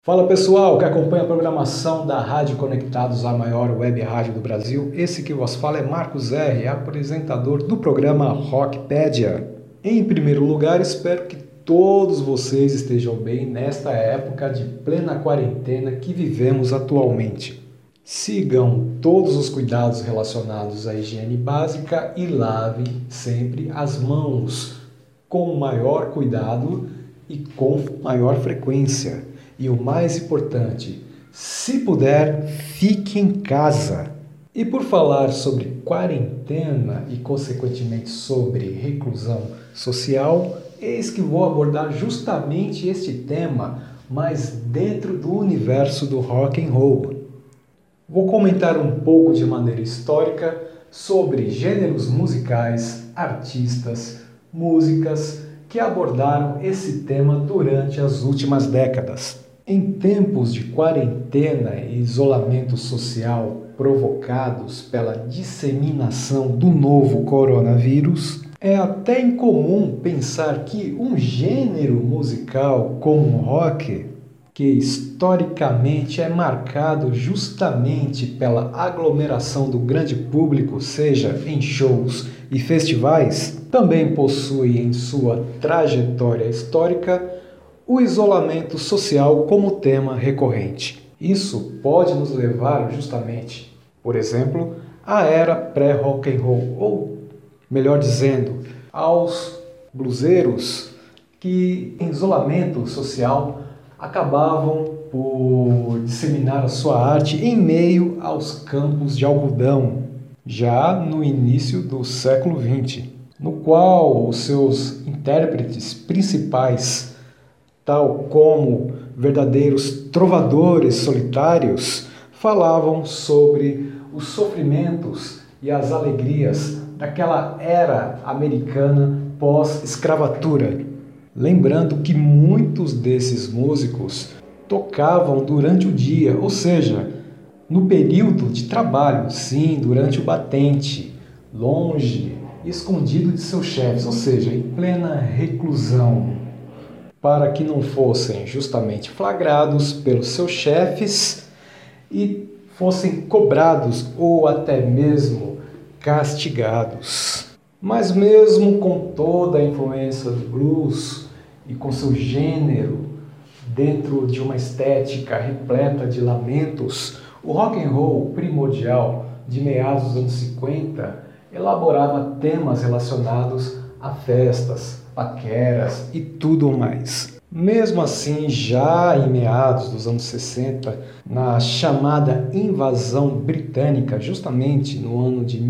Fala pessoal que acompanha a programação da Rádio Conectados, a maior web rádio do Brasil. Esse que vos fala é Marcos R., apresentador do programa Rockpedia. Em primeiro lugar, espero que todos vocês estejam bem nesta época de plena quarentena que vivemos atualmente. Sigam todos os cuidados relacionados à higiene básica e lavem sempre as mãos com maior cuidado e com maior frequência. E o mais importante, se puder, fique em casa. E por falar sobre quarentena e, consequentemente, sobre reclusão social, eis que vou abordar justamente este tema, mas dentro do universo do rock and roll. Vou comentar um pouco de maneira histórica sobre gêneros musicais, artistas, músicas que abordaram esse tema durante as últimas décadas. Em tempos de quarentena e isolamento social provocados pela disseminação do novo coronavírus, é até incomum pensar que um gênero musical como o rock, que historicamente é marcado justamente pela aglomeração do grande público, seja em shows e festivais, também possui em sua trajetória histórica o isolamento social como tema recorrente. Isso pode nos levar justamente, por exemplo, à era pré-rock and roll, ou melhor dizendo, aos bluseiros que em isolamento social acabavam por disseminar a sua arte em meio aos campos de algodão, já no início do século XX, no qual os seus intérpretes principais, tal como verdadeiros trovadores solitários, falavam sobre os sofrimentos e as alegrias daquela era americana pós-escravatura. Lembrando que muitos desses músicos tocavam durante o dia, ou seja, no período de trabalho, sim, durante o batente, longe, escondido de seus chefes, ou seja, em plena reclusão, para que não fossem justamente flagrados pelos seus chefes e fossem cobrados ou até mesmo castigados. Mas mesmo com toda a influência do blues e com seu gênero dentro de uma estética repleta de lamentos, o rock and roll primordial de meados dos anos 50 elaborava temas relacionados a festas, paqueras e tudo mais. Mesmo assim, já em meados dos anos 60, na chamada invasão britânica, justamente no ano de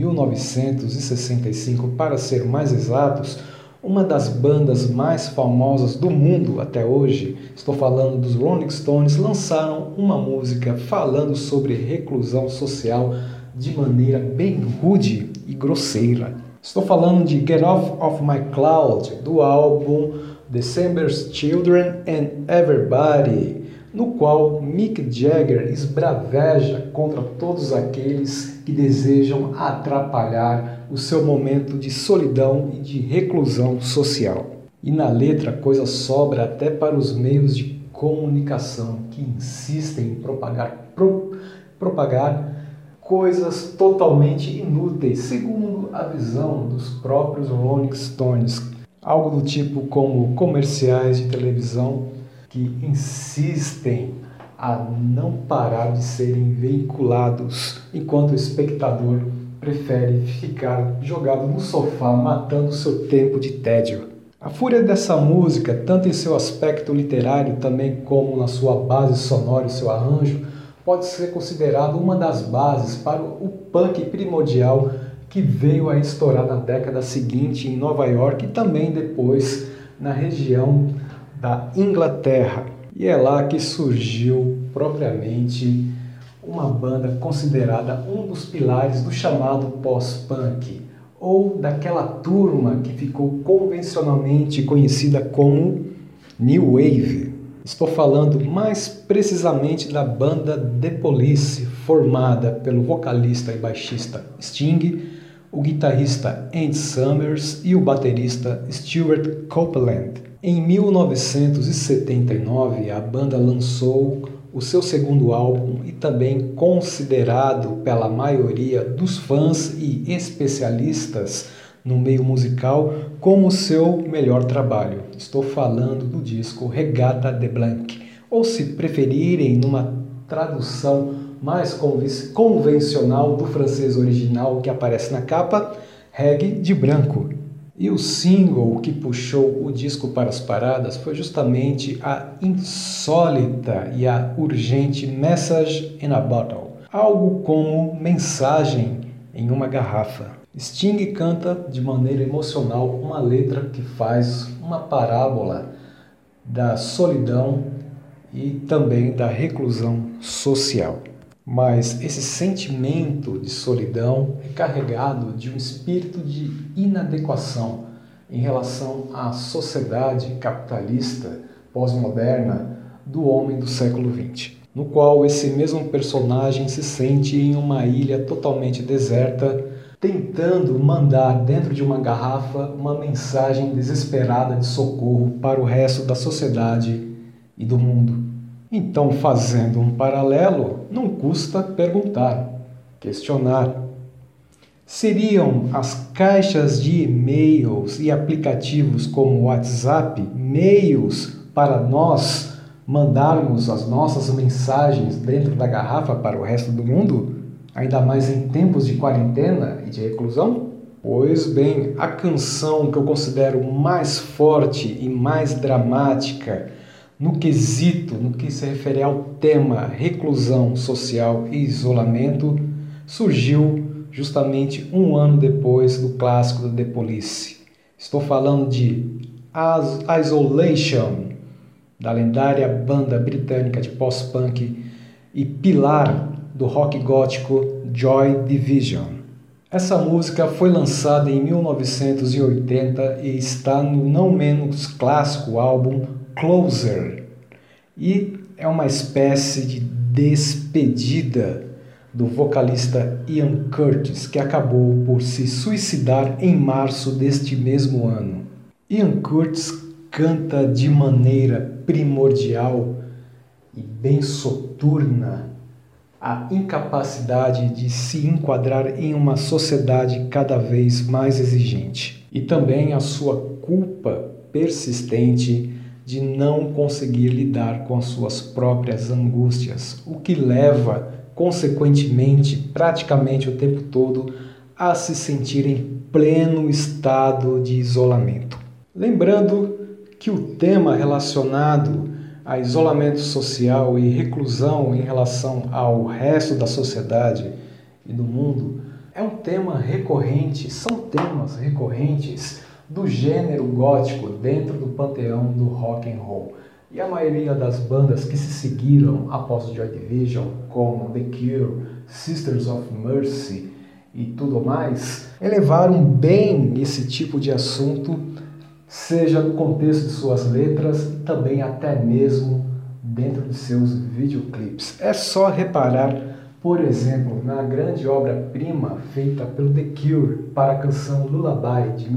1965, para ser mais exatos, uma das bandas mais famosas do mundo até hoje, estou falando dos Rolling Stones, lançaram uma música falando sobre reclusão social de maneira bem rude e grosseira. Estou falando de Get Off of My Cloud, do álbum December's Children and Everybody, no qual Mick Jagger esbraveja contra todos aqueles que desejam atrapalhar o seu momento de solidão e de reclusão social. E na letra a coisa sobra até para os meios de comunicação que insistem em propagar coisas totalmente inúteis, segundo a visão dos próprios Rolling Stones. Algo do tipo como comerciais de televisão que insistem a não parar de serem veiculados, enquanto o espectador prefere ficar jogado no sofá, matando seu tempo de tédio. A fúria dessa música, tanto em seu aspecto literário também como na sua base sonora e seu arranjo, pode ser considerado uma das bases para o punk primordial que veio a estourar na década seguinte em Nova York e também depois na região da Inglaterra. E é lá que surgiu propriamente uma banda considerada um dos pilares do chamado pós-punk, ou daquela turma que ficou convencionalmente conhecida como New Wave. Estou falando mais precisamente da banda The Police, formada pelo vocalista e baixista Sting, o guitarrista Andy Summers e o baterista Stewart Copeland. Em 1979, a banda lançou o seu segundo álbum e também considerado pela maioria dos fãs e especialistas no meio musical como seu melhor trabalho. Estou falando do disco Reggatta de Blanc, ou se preferirem, numa tradução mais convencional do francês original que aparece na capa, Reggae de Branco. E o single que puxou o disco para as paradas foi justamente a insólita e a urgente Message in a Bottle, algo como mensagem em uma garrafa. Sting canta de maneira emocional uma letra que faz uma parábola da solidão e também da reclusão social. Mas esse sentimento de solidão é carregado de um espírito de inadequação em relação à sociedade capitalista pós-moderna do homem do século XX, no qual esse mesmo personagem se sente em uma ilha totalmente deserta, tentando mandar dentro de uma garrafa uma mensagem desesperada de socorro para o resto da sociedade e do mundo. Então, fazendo um paralelo, não custa perguntar, questionar. Seriam as caixas de e-mails e aplicativos como o WhatsApp meios para nós mandarmos as nossas mensagens dentro da garrafa para o resto do mundo? Ainda mais em tempos de quarentena e de reclusão? Pois bem, a canção que eu considero mais forte e mais dramática no que se refere ao tema reclusão social e isolamento, surgiu justamente um ano depois do clássico do The Police. Estou falando de Isolation, da lendária banda britânica de post-punk e pilar do rock gótico Joy Division. Essa música foi lançada em 1980 e está no não menos clássico álbum Closer, e é uma espécie de despedida do vocalista Ian Curtis, que acabou por se suicidar em março deste mesmo ano. Ian Curtis canta de maneira primordial e bem soturna a incapacidade de se enquadrar em uma sociedade cada vez mais exigente, e também a sua culpa persistente de não conseguir lidar com as suas próprias angústias, o que leva, consequentemente, praticamente o tempo todo, a se sentir em pleno estado de isolamento. Lembrando que o tema relacionado a isolamento social e reclusão em relação ao resto da sociedade e do mundo é um tema recorrente, são temas recorrentes do gênero gótico dentro do panteão do rock and roll. E a maioria das bandas que se seguiram após o Joy Division, como The Cure, Sisters of Mercy e tudo mais, elevaram bem esse tipo de assunto, seja no contexto de suas letras e também até mesmo dentro de seus videoclipes. É só reparar, por exemplo, na grande obra-prima feita pelo The Cure para a canção Lullaby de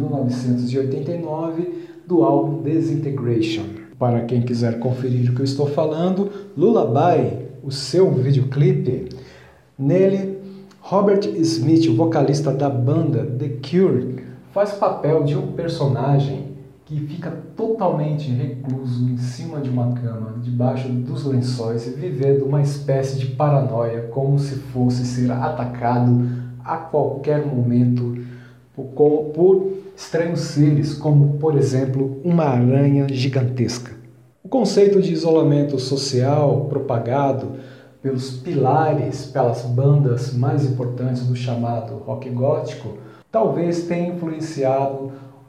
1989 do álbum Disintegration. Para quem quiser conferir o que eu estou falando, Lullaby, o seu videoclipe, nele Robert Smith, o vocalista da banda The Cure, faz papel de um personagem que fica totalmente recluso em cima de uma cama, debaixo dos lençóis, e vivendo uma espécie de paranoia, como se fosse ser atacado a qualquer momento por estranhos seres, como, por exemplo, uma aranha gigantesca. O conceito de isolamento social propagado pelos pilares, pelas bandas mais importantes do chamado rock gótico, talvez tenha influenciado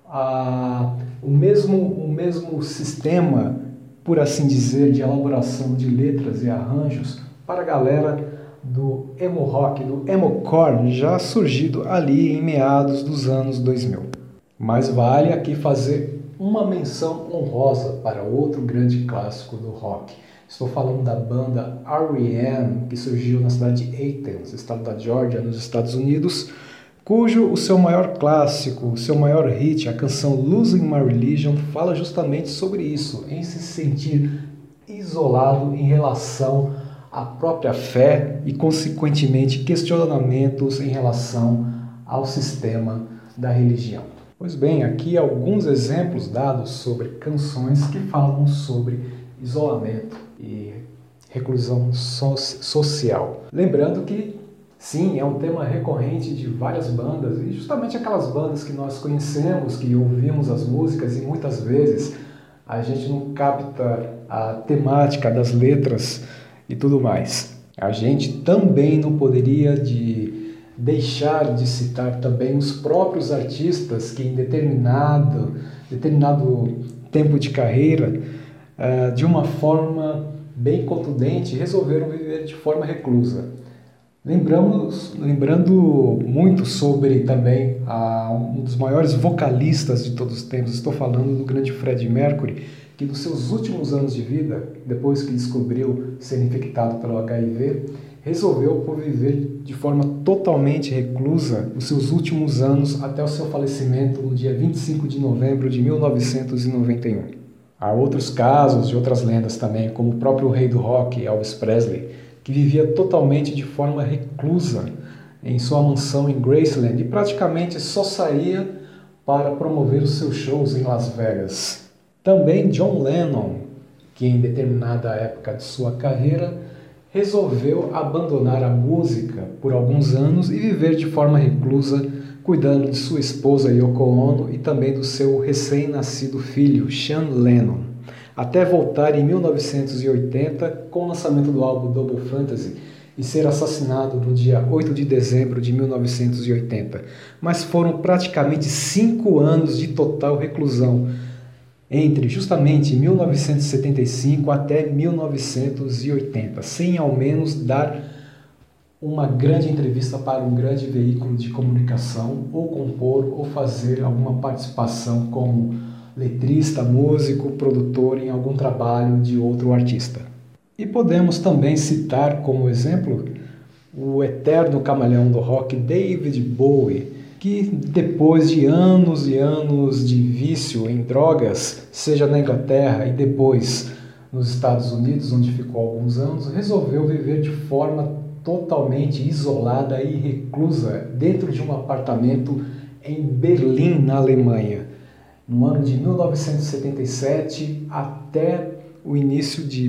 o mesmo sistema, por assim dizer, de elaboração de letras e arranjos para a galera do emo rock, do emocore, já surgido ali em meados dos anos 2000. Mas vale aqui fazer uma menção honrosa para outro grande clássico do rock. Estou falando da banda R.E.M., que surgiu na cidade de Athens, estado da Geórgia, nos Estados Unidos, cujo o seu maior clássico, o seu maior hit, a canção Losing My Religion, fala justamente sobre isso, em se sentir isolado em relação à própria fé e, consequentemente, questionamentos em relação ao sistema da religião. Pois bem, aqui alguns exemplos dados sobre canções que falam sobre isolamento e reclusão social. Lembrando que, sim, é um tema recorrente de várias bandas, e justamente aquelas bandas que nós conhecemos, que ouvimos as músicas e muitas vezes a gente não capta a temática das letras e tudo mais. A gente também não poderia deixar de citar também os próprios artistas que em determinado tempo de carreira, de uma forma bem contundente, resolveram viver de forma reclusa. Lembrando muito sobre também um dos maiores vocalistas de todos os tempos, estou falando do grande Freddie Mercury, que nos seus últimos anos de vida, depois que descobriu ser infectado pelo HIV, resolveu por viver de forma totalmente reclusa os seus últimos anos até o seu falecimento no dia 25 de novembro de 1991. Há outros casos de outras lendas também, como o próprio rei do rock, Elvis Presley, que vivia totalmente de forma reclusa em sua mansão em Graceland e praticamente só saía para promover os seus shows em Las Vegas. Também John Lennon, que em determinada época de sua carreira resolveu abandonar a música por alguns anos e viver de forma reclusa, cuidando de sua esposa Yoko Ono e também do seu recém-nascido filho, Sean Lennon, até voltar em 1980 com o lançamento do álbum Double Fantasy e ser assassinado no dia 8 de dezembro de 1980. Mas foram praticamente 5 anos de total reclusão, entre justamente 1975 até 1980, sem ao menos dar uma grande entrevista para um grande veículo de comunicação, ou compor, ou fazer alguma participação como letrista, músico, produtor em algum trabalho de outro artista. E podemos também citar como exemplo o eterno camaleão do rock David Bowie, que depois de anos e anos de vício em drogas, seja na Inglaterra e depois nos Estados Unidos, onde ficou alguns anos, resolveu viver de forma totalmente isolada e reclusa dentro de um apartamento em Berlim, na Alemanha, no ano de 1977 até o início de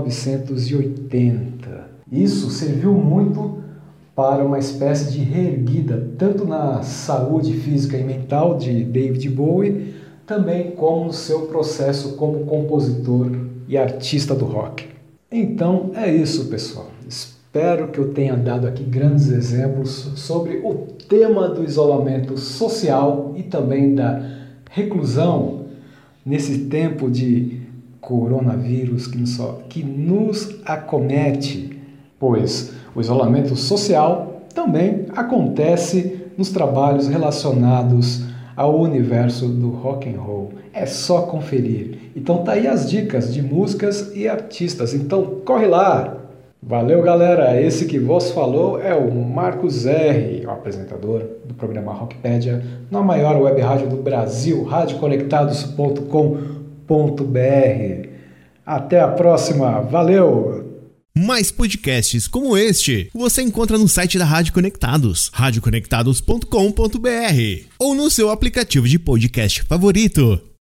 1980. Isso serviu muito para uma espécie de reerguida, tanto na saúde física e mental de David Bowie, também como no seu processo como compositor e artista do rock. Então é isso, pessoal. Espero que eu tenha dado aqui grandes exemplos sobre o tema do isolamento social e também da reclusão nesse tempo de coronavírus que nos acomete, pois o isolamento social também acontece nos trabalhos relacionados ao universo do rock and roll. É só conferir. Então tá aí as dicas de músicas e artistas. Então corre lá! Valeu, galera! Esse que vos falou é o Marcos R., o apresentador do programa Rockpedia, na maior web rádio do Brasil, radioconectados.com.br. Até a próxima! Valeu! Mais podcasts como este você encontra no site da Rádio Conectados, radioconectados.com.br, ou no seu aplicativo de podcast favorito.